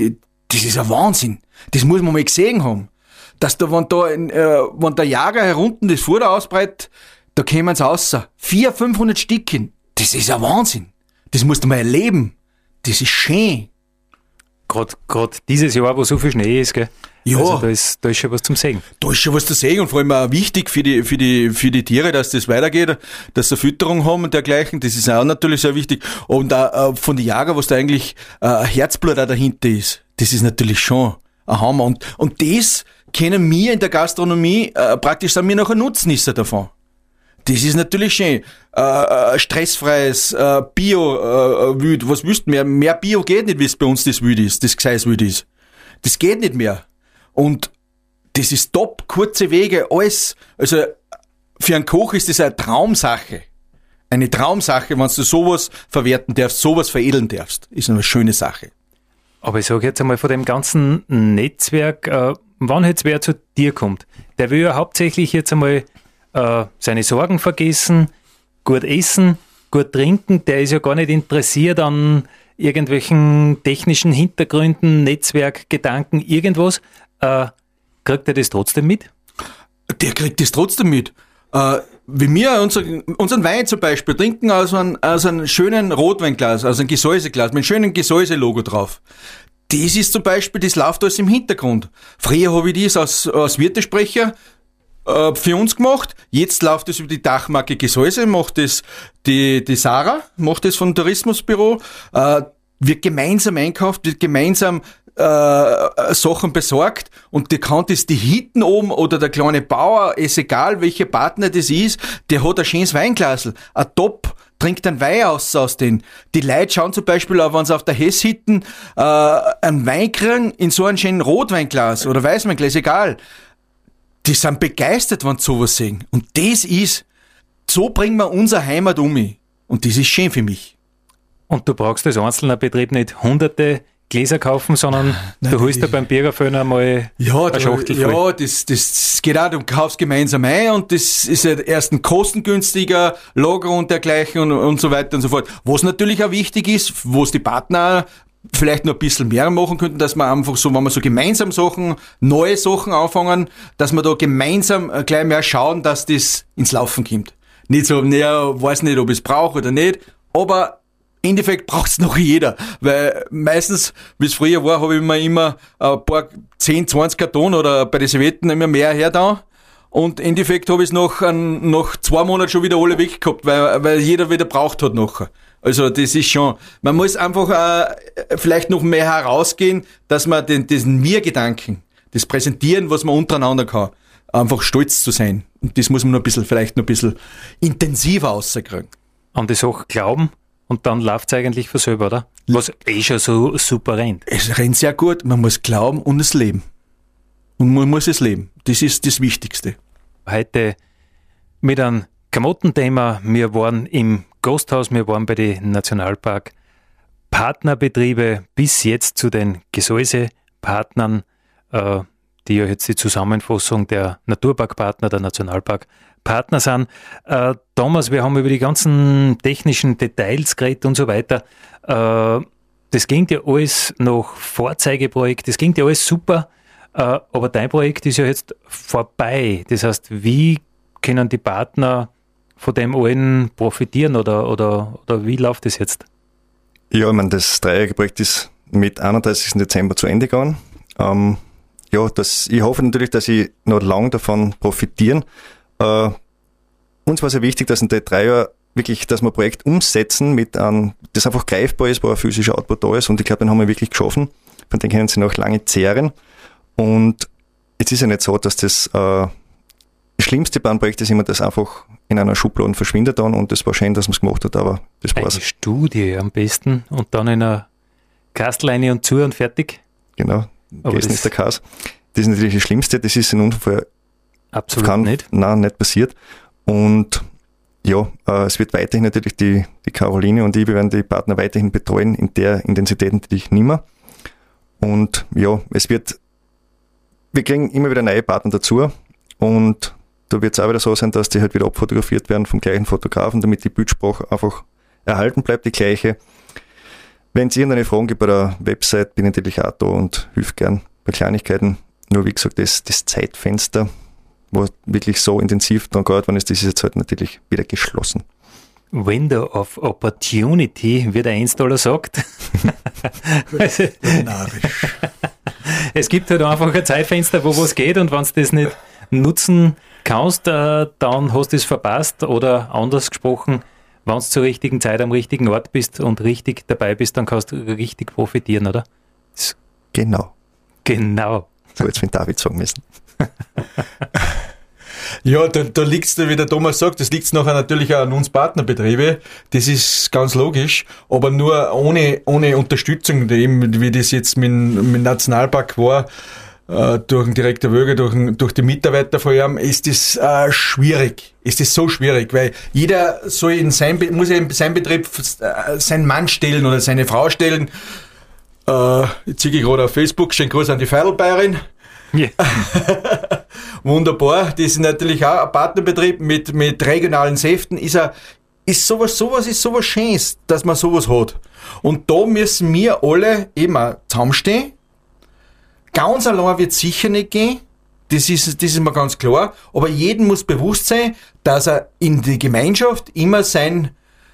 Das ist ein Wahnsinn. Das muss man mal gesehen haben. Dass da, wenn da, äh, wenn der Jager herunten das Futter ausbreitet, da kämen sie raus. vierhundert, fünfhundert Stückchen. Das ist ein Wahnsinn. Das musst du mal erleben. Das ist schön. Gerade, gerade dieses Jahr, wo so viel Schnee ist, gell? Ja. Also da ist, da ist schon was zum Sehen. Da ist schon was zu sehen und vor allem auch wichtig für die, für die, für die Tiere, dass das weitergeht, dass sie Fütterung haben und dergleichen. Das ist auch natürlich sehr wichtig. Und auch von den Jägern, was da eigentlich äh, ein Herzblut auch dahinter ist. Das ist natürlich schon ein Hammer. Und, und das kennen wir in der Gastronomie, äh, praktisch sind wir noch ein Nutznießer davon. Das ist natürlich schön. Äh, äh, stressfreies, äh, Bio-Wild. Äh, was wüsst mehr? Mehr Bio geht nicht, wie es bei uns das Wild ist, das Gseiswild ist. Das geht nicht mehr. Und das ist top, kurze Wege, alles. Also für einen Koch ist das eine Traumsache. Eine Traumsache, wenn du sowas verwerten darfst, sowas veredeln darfst. Ist eine schöne Sache. Aber ich sage jetzt einmal von dem ganzen Netzwerk, äh, wann jetzt wer zu dir kommt, der will ja hauptsächlich jetzt einmal äh, seine Sorgen vergessen, gut essen, gut trinken, der ist ja gar nicht interessiert an irgendwelchen technischen Hintergründen, Netzwerk, Gedanken, irgendwas. Äh, kriegt er das trotzdem mit? Der kriegt das trotzdem mit. Äh, wie wir unser, unseren Wein zum Beispiel trinken aus einem, aus einem schönen Rotweinglas, aus einem Gesäuseglas, mit einem schönen Gesäuselogo drauf. Das ist zum Beispiel, das läuft alles im Hintergrund. Früher habe ich das als, als Wirtesprecher äh, für uns gemacht. Jetzt läuft das über die Dachmarke Gesäuse, macht das die, die Sarah, macht das vom Tourismusbüro, äh, wird gemeinsam einkauft, wird gemeinsam Äh, Sachen besorgt und die kann das die Hitten oben oder der kleine Bauer, ist egal welcher Partner das ist, der hat ein schönes Weinglasl, ein Top, trinkt einen Wein aus, aus den. Die Leute schauen zum Beispiel auch, wenn sie auf der Hesshitten äh, einen Wein kriegen, in so einem schönen Rotweinglas oder Weißweinglas, egal. Die sind begeistert, wenn sie sowas sehen. Und das ist, so bringen wir unsere Heimat um. Und das ist schön für mich. Und du brauchst als einzelner Betrieb nicht hunderte Gläser kaufen, sondern Nein, du holst dir beim Bürgerföhner mal ja, eine Schachtel voll. Ja, das, das geht auch, du kaufst gemeinsam ein und das ist ja erst ein kostengünstiger Lager und dergleichen und, und so weiter und so fort. Was natürlich auch wichtig ist, wo es die Partner vielleicht noch ein bisschen mehr machen könnten, dass man einfach so, wenn wir so gemeinsam Sachen, neue Sachen anfangen, dass wir da gemeinsam gleich mehr schauen, dass das ins Laufen kommt. Nicht so, naja, weiß nicht, ob ich es brauche oder nicht, aber im Endeffekt braucht's noch jeder, weil meistens, wie es früher war, habe ich mir immer ein paar zehn, zwanzig Karton oder bei den Servietten immer mehr her da und im Endeffekt habe ich es nach, nach zwei Monaten schon wieder alle weg gehabt, weil, weil jeder wieder braucht hat nachher. Also das ist schon, man muss einfach äh, vielleicht noch mehr herausgehen, dass man den, diesen Mir-Gedanken, das Präsentieren, was man untereinander kann, einfach stolz zu sein. Und das muss man noch ein bisschen, vielleicht noch ein bisschen intensiver rauskriegen. An die Sache glauben. Und dann läuft's eigentlich von selber, oder? Was eh schon so super rennt. Es rennt sehr gut, man muss glauben und es leben. Und man muss es leben. Das ist das Wichtigste. Heute mit einem Klamottenthema. Wir waren im Gasthaus, wir waren bei den Nationalpark Partnerbetriebe bis jetzt zu den Gesäusepartnern, äh, die ja jetzt die Zusammenfassung der Naturparkpartner, der Nationalparkpartner sind. Äh, Thomas, wir haben über die ganzen technischen Details geredet und so weiter. Äh, das klingt ja alles nach Vorzeigeprojekt, das klingt ja alles super, äh, aber dein Projekt ist ja jetzt vorbei. Das heißt, wie können die Partner von dem allen profitieren oder, oder, oder wie läuft das jetzt? Ja, ich meine, das dreijährige Projekt ist mit einunddreißigsten Dezember zu Ende gegangen. Ähm, Ja, das, ich hoffe natürlich, dass ich noch lange davon profitieren. Äh, uns war sehr wichtig, dass in den drei Jahren wirklich, dass wir ein Projekt umsetzen, mit einem, das einfach greifbar ist, wo ein physischer Output da ist. Und ich glaube, den haben wir wirklich geschaffen. Von dem können sie noch lange zehren. Und jetzt ist ja nicht so, dass das, äh, das schlimmste beim Projekt ist immer, dass einfach in einer Schublade verschwindet dann. Und das war schön, dass man es gemacht hat, aber das war's. Eine Studie am besten und dann in einer Kastleine und zu und fertig. Genau. Gegessen ist der Käse. Das ist natürlich das Schlimmste, das ist in unserem Fall absolut kann, nicht. Nein, nicht passiert. Und ja, äh, es wird weiterhin natürlich die, die Caroline und ich, wir werden die Partner weiterhin betreuen in der Intensität natürlich nicht mehr. Und ja, es wird, wir kriegen immer wieder neue Partner dazu und da wird es auch wieder so sein, dass die halt wieder abfotografiert werden vom gleichen Fotografen, damit die Bildsprache einfach erhalten bleibt, die gleiche. Wenn es irgendeine Fragen gibt bei der Website, bin ich natürlich auch da und hilf gern bei Kleinigkeiten. Nur wie gesagt, das, das Zeitfenster, wo wirklich so intensiv dran gearbeitet worden ist, das ist jetzt halt natürlich wieder geschlossen. Window of Opportunity, wie der Einstaller sagt. Also, es gibt halt einfach ein Zeitfenster, wo was geht, und wenn du das nicht nutzen kannst, äh, dann hast du es verpasst, oder anders gesprochen, wenn du zur richtigen Zeit am richtigen Ort bist und richtig dabei bist, dann kannst du richtig profitieren, oder? Das Genau. Genau. So jetzt mit David sagen müssen. Ja, da, da liegt es, wie der Thomas sagt, das liegt nachher natürlich auch an uns Partnerbetriebe. Das ist ganz logisch, aber nur ohne, ohne Unterstützung, eben, wie das jetzt mit, mit dem Nationalpark war, äh, durch den Direktor Wöger, durch, durch die Mitarbeiter von ihm, ist das äh, schwierig. Ist das so schwierig, weil jeder soll in sein, muss ja in seinem Betrieb äh, seinen Mann stellen oder seine Frau stellen. Äh, jetzt sehe ich gerade auf Facebook, schönen Gruß an die Feidelbayerin. Yeah. Wunderbar, das ist natürlich auch ein Partnerbetrieb mit, mit regionalen Säften, ist, a, ist sowas, sowas ist sowas Schönes, dass man sowas hat. Und da müssen wir alle eben auch zusammenstehen. Ganz allein wird es sicher nicht gehen, das ist, das ist mir ganz klar, aber jedem muss bewusst sein, dass er in die Gemeinschaft immer sein,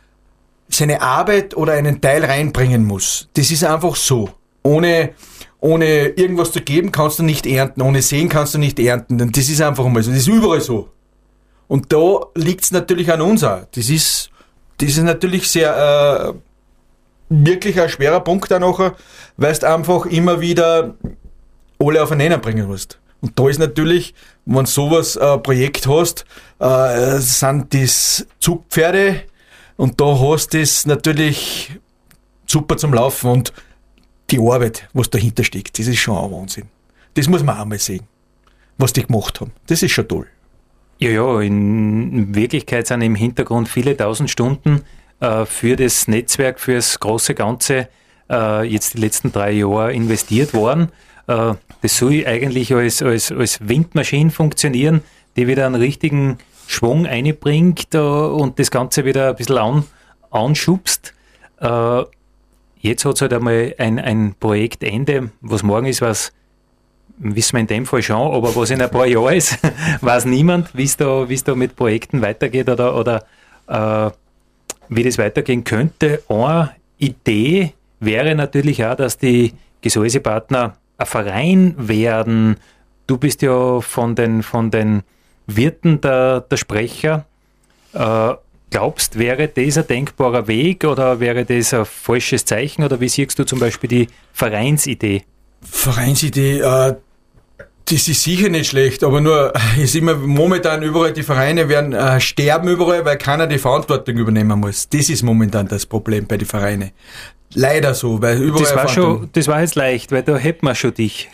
seine Arbeit oder einen Teil reinbringen muss. Das ist einfach so. Ohne, ohne irgendwas zu geben, kannst du nicht ernten. Ohne sehen kannst du nicht ernten. Und das ist einfach mal so. Das ist überall so. Und da liegt es natürlich an uns auch. Das ist, das ist natürlich sehr, äh, wirklich ein schwerer Punkt auch nachher, weil du einfach immer wieder alle aufeinander bringen musst. Und da ist natürlich, wenn du sowas, ein äh, Projekt hast, äh, sind das Zugpferde, und da hast du es natürlich super zum Laufen, und die Arbeit, was dahinter steckt, das ist schon ein Wahnsinn. Das muss man auch mal sehen, was die gemacht haben. Das ist schon toll. Ja, ja, in Wirklichkeit sind im Hintergrund viele tausend Stunden äh, für das Netzwerk, für das große Ganze äh, jetzt die letzten drei Jahre investiert worden. Äh, das soll eigentlich als, als, als Windmaschine funktionieren, die wieder einen richtigen Schwung einbringt äh, und das Ganze wieder ein bisschen an, anschubst. Äh, jetzt hat es halt einmal ein, ein Projektende. Was morgen ist, was wissen wir in dem Fall schon, aber was in ein paar Jahren ist, weiß niemand, wie es da, wie es da mit Projekten weitergeht oder, oder äh, wie das weitergehen könnte. Eine Idee wäre natürlich auch, dass die Gesäusepartner ein Verein werden. Du bist ja von den, von den Wirten der, der Sprecher. Äh, glaubst, wäre das ein denkbarer Weg oder wäre das ein falsches Zeichen, oder wie siehst du zum Beispiel die Vereinsidee? Vereinsidee, äh, das ist sicher nicht schlecht, aber nur ist immer momentan überall, die Vereine werden äh, sterben überall, weil keiner die Verantwortung übernehmen muss. Das ist momentan das Problem bei den Vereinen. Leider so, weil überall. Das war schon, das war jetzt leicht, weil da hätten wir schon dich.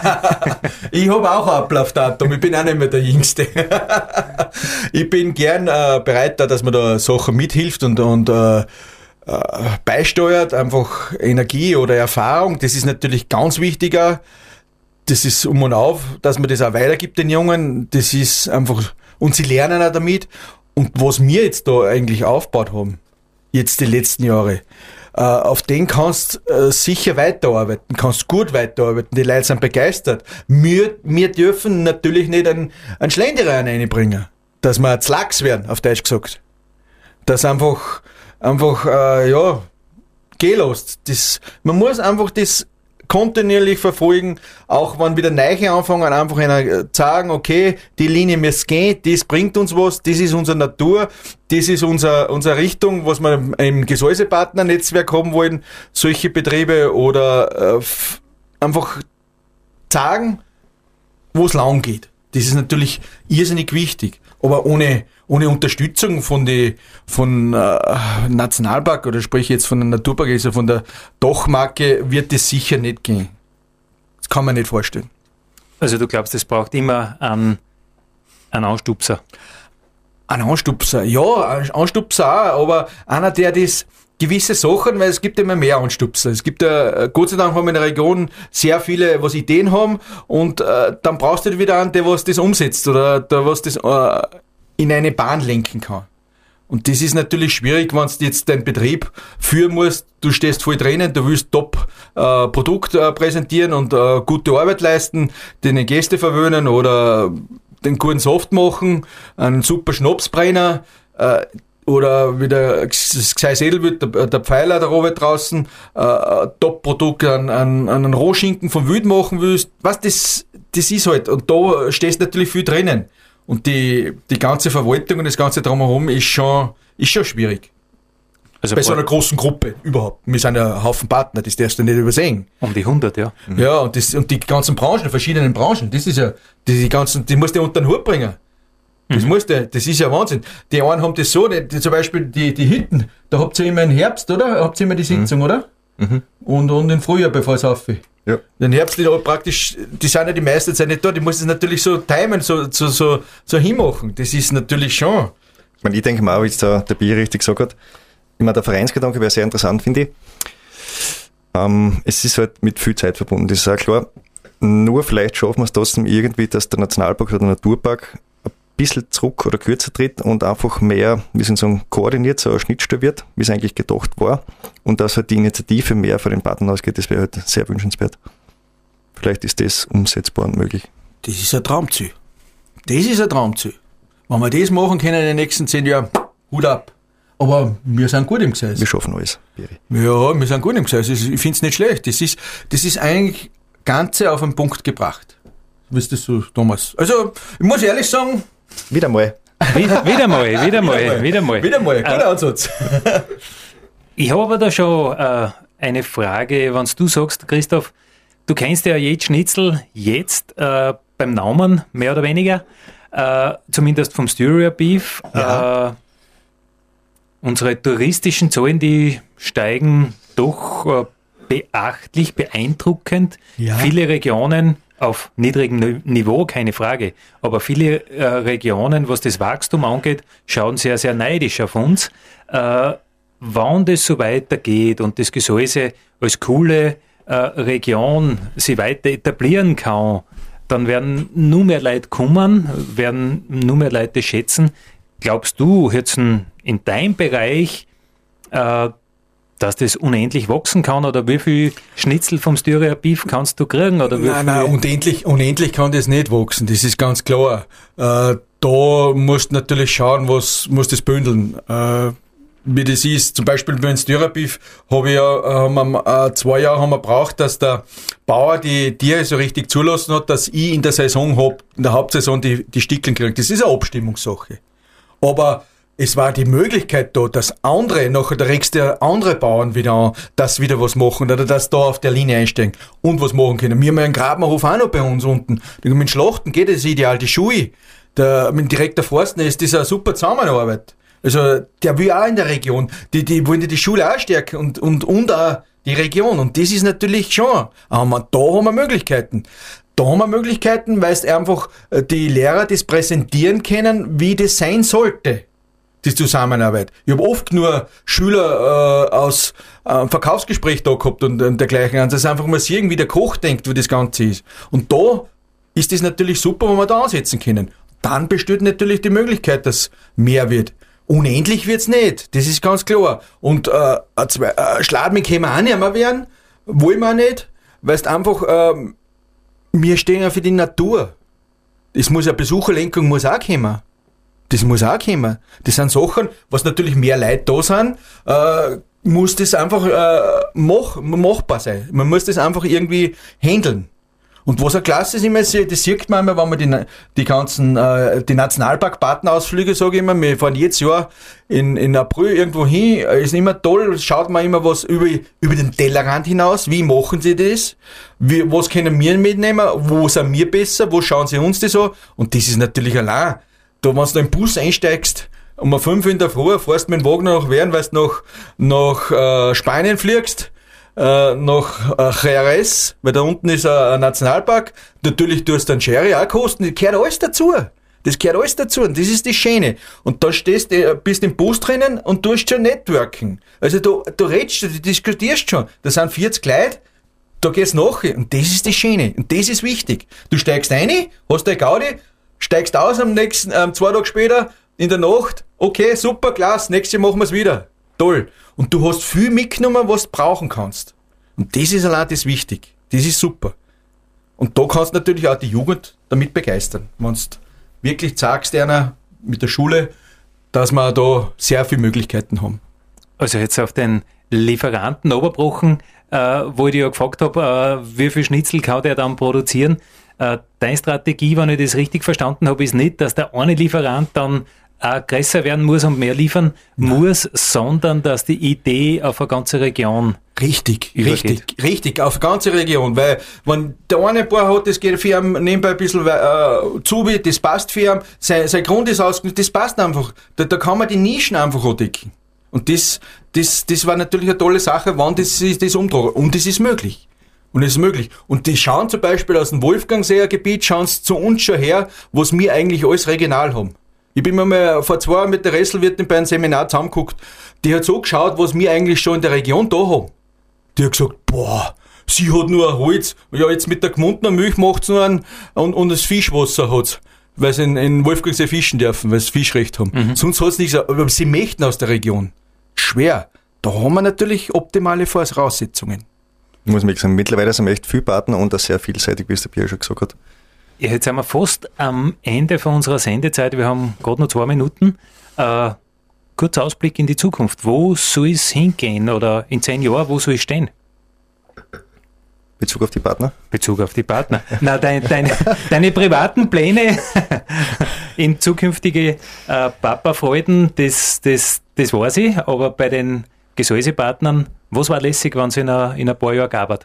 Ich habe auch ein Ablaufdatum, ich bin auch nicht mehr der Jüngste. Ich bin gern äh, bereit, da, dass man da Sachen mithilft und, und äh, beisteuert, einfach Energie oder Erfahrung, das ist natürlich ganz wichtiger. Das ist um und auf, dass man das auch weitergibt den Jungen, das ist einfach, und sie lernen auch damit. Und was wir jetzt da eigentlich aufgebaut haben, jetzt die letzten Jahre, äh, auf den kannst du äh, sicher weiterarbeiten, kannst gut weiterarbeiten, die Leute sind begeistert. Wir, wir dürfen natürlich nicht einen, einen Schlendrian reinbringen, dass wir ein Zlacks werden, auf Deutsch gesagt. Dass einfach Einfach, äh, ja, geh los. Das, man muss einfach das kontinuierlich verfolgen, auch wenn wieder Neue anfangen, einfach einer sagen, okay, die Linie muss gehen, das bringt uns was, das ist unsere Natur, das ist unser, unsere Richtung, was wir im Gesäusepartnernetzwerk haben wollen, solche Betriebe, oder äh, f- einfach sagen, wo es lang geht. Das ist natürlich irrsinnig wichtig, aber ohne ohne Unterstützung von die von äh, Nationalpark, oder sprich jetzt von der Naturpark, also von der Dachmarke, wird das sicher nicht gehen. Das kann man nicht vorstellen. Also du glaubst, es braucht immer einen, einen Anstupser? Ein Anstupser, ja, ein Anstupser auch, aber einer, der das gewisse Sachen, weil es gibt immer mehr Anstupser. Es gibt ja, Gott sei Dank haben wir in der Region sehr viele, was Ideen haben, und äh, dann brauchst du wieder einen, der was das umsetzt oder der was das äh, in eine Bahn lenken kann. Und das ist natürlich schwierig, wenn du jetzt deinen Betrieb führen musst. Du stehst voll drinnen, du willst Top-Produkt äh, äh, präsentieren und äh, gute Arbeit leisten, deine Gäste verwöhnen oder den guten Soft machen, einen super Schnapsbrenner äh, oder wie der Gseis Edelwild, der, der Pfeiler da oben draußen, äh, Top-Produkt an, an, an einen Rohschinken vom Wild machen willst. Was, das, das ist halt. Und da stehst natürlich viel drinnen. Und die, die ganze Verwaltung und das ganze Drumherum ist schon, ist schon schwierig. Also bei so einer großen Gruppe überhaupt. Wir sind ja ein Haufen Partner, das darfst du nicht übersehen. Um die hundert, ja. Mhm. Ja, und, das, und die ganzen Branchen, die verschiedenen Branchen, das ist ja, die, die ganzen, die musst du unter den Hut bringen. Das mhm. musst du, das ist ja Wahnsinn. Die einen haben das so, die, die, zum Beispiel die, die Hütten, da habt ihr immer im Herbst, oder? Habt ihr immer die Sitzung, mhm. oder? Mhm. Und, und im Frühjahr, bevor es aufgeht. Ja. Den Herbst, die da praktisch, die sind ja die meiste Zeit nicht da, die muss es natürlich so timen, so, so, so, so hinmachen. Das ist natürlich schon. Ich meine, ich denke mal auch, wie es der, der Bier richtig gesagt hat, ich meine, der Vereinsgedanke wäre sehr interessant, finde ich. Ähm, es ist halt mit viel Zeit verbunden, das ist auch klar. Nur vielleicht schaffen wir es trotzdem irgendwie, dass der Nationalpark oder der Naturpark ein bisschen zurück oder kürzer tritt und einfach mehr, wie soll ich sagen, koordiniert, so eine Schnittstelle wird, wie es eigentlich gedacht war. Und dass halt die Initiative mehr von den Partnern ausgeht, das wäre halt sehr wünschenswert. Vielleicht ist das umsetzbar und möglich. Das ist ein Traumziel. Das ist ein Traumziel. Wenn wir das machen können in den nächsten zehn Jahren, Hut ab. Aber wir sind gut im Gesetz. Wir schaffen alles, Beri. Ja, wir sind gut im Gesetz. Ich finde es nicht schlecht. Das ist, das ist eigentlich Ganze auf den Punkt gebracht. Wisst du, Thomas? Also, ich muss ehrlich sagen... Wieder mal. Wieder, wieder mal, wieder mal, wieder mal. Wieder mal, guter Ansatz. Ich habe aber da schon äh, eine Frage, wenn du sagst, Christoph, du kennst ja jeden Schnitzel jetzt äh, beim Namen, mehr oder weniger, äh, zumindest vom Styria Beef. Ja. Äh, unsere touristischen Zahlen, die steigen doch äh, beachtlich, beeindruckend. Ja. Viele Regionen auf niedrigem Niveau, keine Frage, aber viele äh, Regionen, was das Wachstum angeht, schauen sehr, sehr neidisch auf uns. Äh, Wann das so weitergeht und das Gesäuse als coole äh, Region sich weiter etablieren kann, dann werden nur mehr Leute kommen, werden nur mehr Leute schätzen. Glaubst du jetzt in deinem Bereich, äh, dass das unendlich wachsen kann, oder wie viel Schnitzel vom Styria Beef kannst du kriegen? Oder wie nein, nein, unendlich, unendlich kann das nicht wachsen, das ist ganz klar. Äh, da musst du natürlich schauen, was muss das bündeln. Äh, wie das ist, zum Beispiel bei den Styria Beef habe ich ja, haben wir, äh, zwei Jahre haben wir braucht, dass der Bauer die Tiere so richtig zulassen hat, dass ich in der Saison hab, in der Hauptsaison die, die Stickeln kriege. Das ist eine Abstimmungssache. Aber es war die Möglichkeit da, dass andere, nachher da regst du andere Bauern wieder an, dass wieder was machen oder dass da auf der Linie einsteigen und was machen können. Wir haben ja einen Grabenhof auch noch bei uns unten. Mit Schlachten geht das ideal. Die Schuhe, der, mit direkter Forsten ist das eine super Zusammenarbeit. Also, der will auch in der Region, die, die wollen die Schule auch stärken und, und, und auch die Region. Und das ist natürlich schon, aber da haben wir Möglichkeiten. Da haben wir Möglichkeiten, weil es einfach die Lehrer das präsentieren können, wie das sein sollte, die Zusammenarbeit. Ich habe oft nur Schüler äh, aus äh, Verkaufsgespräch da gehabt und, und dergleichen. Also, dass einfach mal sehen, wie der Koch denkt, wie das Ganze ist. Und da ist es natürlich super, wenn wir da ansetzen können. Dann besteht natürlich die Möglichkeit, dass mehr wird. Unendlich wird's nicht, das ist ganz klar. Und äh, äh, Schladming können wir auch nicht mehr werden, wollen wir auch nicht, weil es einfach, äh, wir stehen ja für die Natur. Das muss ja Besucherlenkung muss auch kommen. Das muss auch kommen. Das sind Sachen, was natürlich mehr Leute da sind, äh, muss das einfach äh, mach, machbar sein. Man muss das einfach irgendwie handeln. Und was eine Klasse ist immer, das sieht man immer, wenn man die, die ganzen, äh, die Nationalpark-Partnerausflüge, sage ich immer, wir fahren jedes Jahr in, in April irgendwo hin, ist immer toll, schaut man immer was über, über den Tellerrand hinaus, wie machen sie das, wie, was können wir mitnehmen, wo sind wir besser, wo schauen sie uns das an, und das ist natürlich allein, da, wenn du in den Bus einsteigst, um fünf in der Früh, fährst mit dem Wagen nach Wern, weil du nach, nach äh, Spanien fliegst, Äh, nach äh, Jerez, weil da unten ist ein, ein Nationalpark. Natürlich tust du einen Sherry auch kosten, das gehört alles dazu. Das gehört alles dazu und das ist das Schöne. Und da stehst du, bist im Bus drinnen und tust schon Networking. Also du, du redest, du diskutierst schon. Da sind vierzig Leute, da geht's nachher. Und das ist das Schöne. Und das ist wichtig. Du steigst rein, hast deine Gaudi, steigst aus am nächsten, ähm, zwei Tage später, in der Nacht, okay, super, klasse, nächstes Jahr machen wir es wieder. Toll. Und du hast viel mitgenommen, was du brauchen kannst. Und das ist allein das wichtig. Das ist super. Und da kannst du natürlich auch die Jugend damit begeistern. Wenn du wirklich zeigst einer mit der Schule, dass wir da sehr viele Möglichkeiten haben. Also jetzt auf den Lieferanten runterbrochen, äh, wo ich dich ja gefragt habe, äh, wie viel Schnitzel kann der dann produzieren? Äh, deine Strategie, wenn ich das richtig verstanden habe, ist nicht, dass der eine Lieferant dann auch größer werden muss und mehr liefern Nein. muss, sondern dass die Idee auf eine ganze Region Richtig, übergeht. richtig, richtig, auf eine ganze Region, weil wenn der eine ein paar hat, das geht für ihn nebenbei ein bisschen äh, zu, das passt für ihn, sein, sein Grund ist ausgenutzt, das passt einfach, da, da kann man die Nischen einfach abdecken. Und das, das, das war natürlich eine tolle Sache, wann das, das umtragen. Und das ist möglich. Und es ist möglich. Und die schauen zum Beispiel aus dem Wolfgangseer Gebiet, schauen sie zu uns schon her, was wir eigentlich alles regional haben. Ich bin mir mal vor zwei Jahren mit der Resselwirtin bei einem Seminar zusammengeguckt. Die hat so geschaut, was wir eigentlich schon in der Region da haben. Die hat gesagt, boah, sie hat nur ein Holz. Ja, jetzt mit der Gmundner Milch macht sie nur ein, und, und das Fischwasser hat's. Weil sie in, in Wolfgangsee fischen dürfen, weil sie Fischrecht haben. Mhm. Sonst hat's nichts. Aber sie möchten aus der Region. Schwer. Da haben wir natürlich optimale Voraussetzungen. Ich muss mich sagen, mittlerweile sind wir echt viele Partner und auch sehr vielseitig, wie es der Pierre schon gesagt hat. Ja, jetzt sind wir fast am Ende von unserer Sendezeit. Wir haben gerade noch zwei Minuten. Äh, kurzer Ausblick in die Zukunft. Wo soll es hingehen? Oder in zehn Jahren, wo soll es stehen? Bezug auf die Partner? Bezug auf die Partner. Na, dein, dein, deine privaten Pläne in zukünftige äh, Papa-Freuden, das, das, das weiß ich. Aber bei den Gesäusepartnern, was war lässig, wenn es in, a, in ein paar Jahren gab?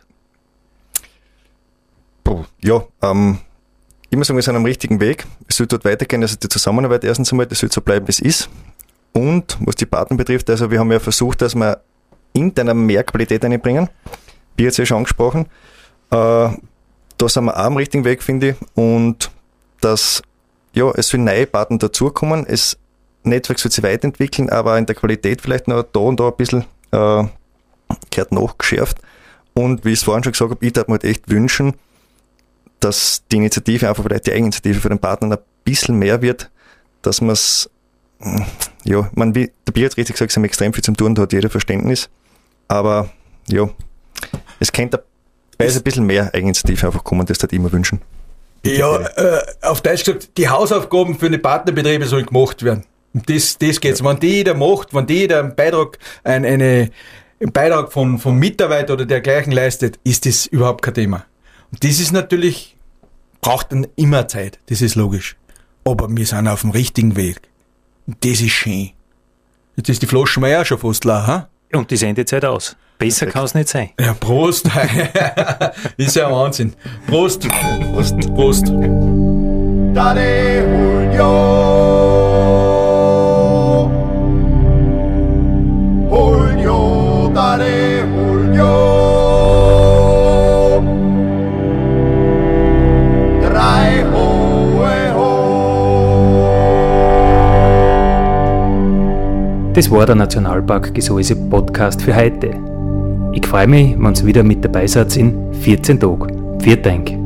Ja, ähm, ich muss sagen, wir sind am richtigen Weg. Es soll dort weitergehen, also die Zusammenarbeit erstens einmal, das soll so bleiben, wie es ist. Und was die Partner betrifft, also wir haben ja versucht, dass wir intern mehr Qualität einbringen. Bier hat es ja schon angesprochen. Äh, da sind wir auch am richtigen Weg, finde ich. Und dass, ja, es sollen neue Partner dazukommen. Das Netzwerk soll sich weiterentwickeln, aber in der Qualität vielleicht noch da und da ein bisschen äh, gehört nachgeschärft. Und wie ich es vorhin schon gesagt habe, ich würde mir halt echt wünschen, dass die Initiative, einfach vielleicht die Eigeninitiative für den Partner ein bisschen mehr wird, dass man es, ja, man, wie der Bier hat richtig gesagt, es haben extrem viel zum tun, da hat jeder Verständnis, aber ja, es könnte bei ein bisschen mehr Eigeninitiative einfach kommen, das würde ich mir wünschen. Ja, äh, auf Deutsch gesagt, die Hausaufgaben für die Partnerbetriebe sollen gemacht werden. Und das, das geht's. Ja. Wenn die jeder macht, wenn die jeder einen Beitrag, ein, eine, einen Beitrag von, von Mitarbeiter oder dergleichen leistet, ist das überhaupt kein Thema. Und das ist natürlich, braucht dann immer Zeit, das ist logisch. Aber wir sind auf dem richtigen Weg. Und das ist schön. Jetzt ist die Flasche mal auch schon fast leer, ha? Und die Sendezeit aus. Besser kann es nicht sein. Ja, Prost. Ist ja ein Wahnsinn. Prost. Prost. Prost. Dale Julio, Julio, dale Julio, drei hohe ho. Das war der Nationalpark Gesäuse Podcast für heute. Ich freue mich, wenn ihr wieder mit dabei seid in vierzehn Tagen. Vielen Dank.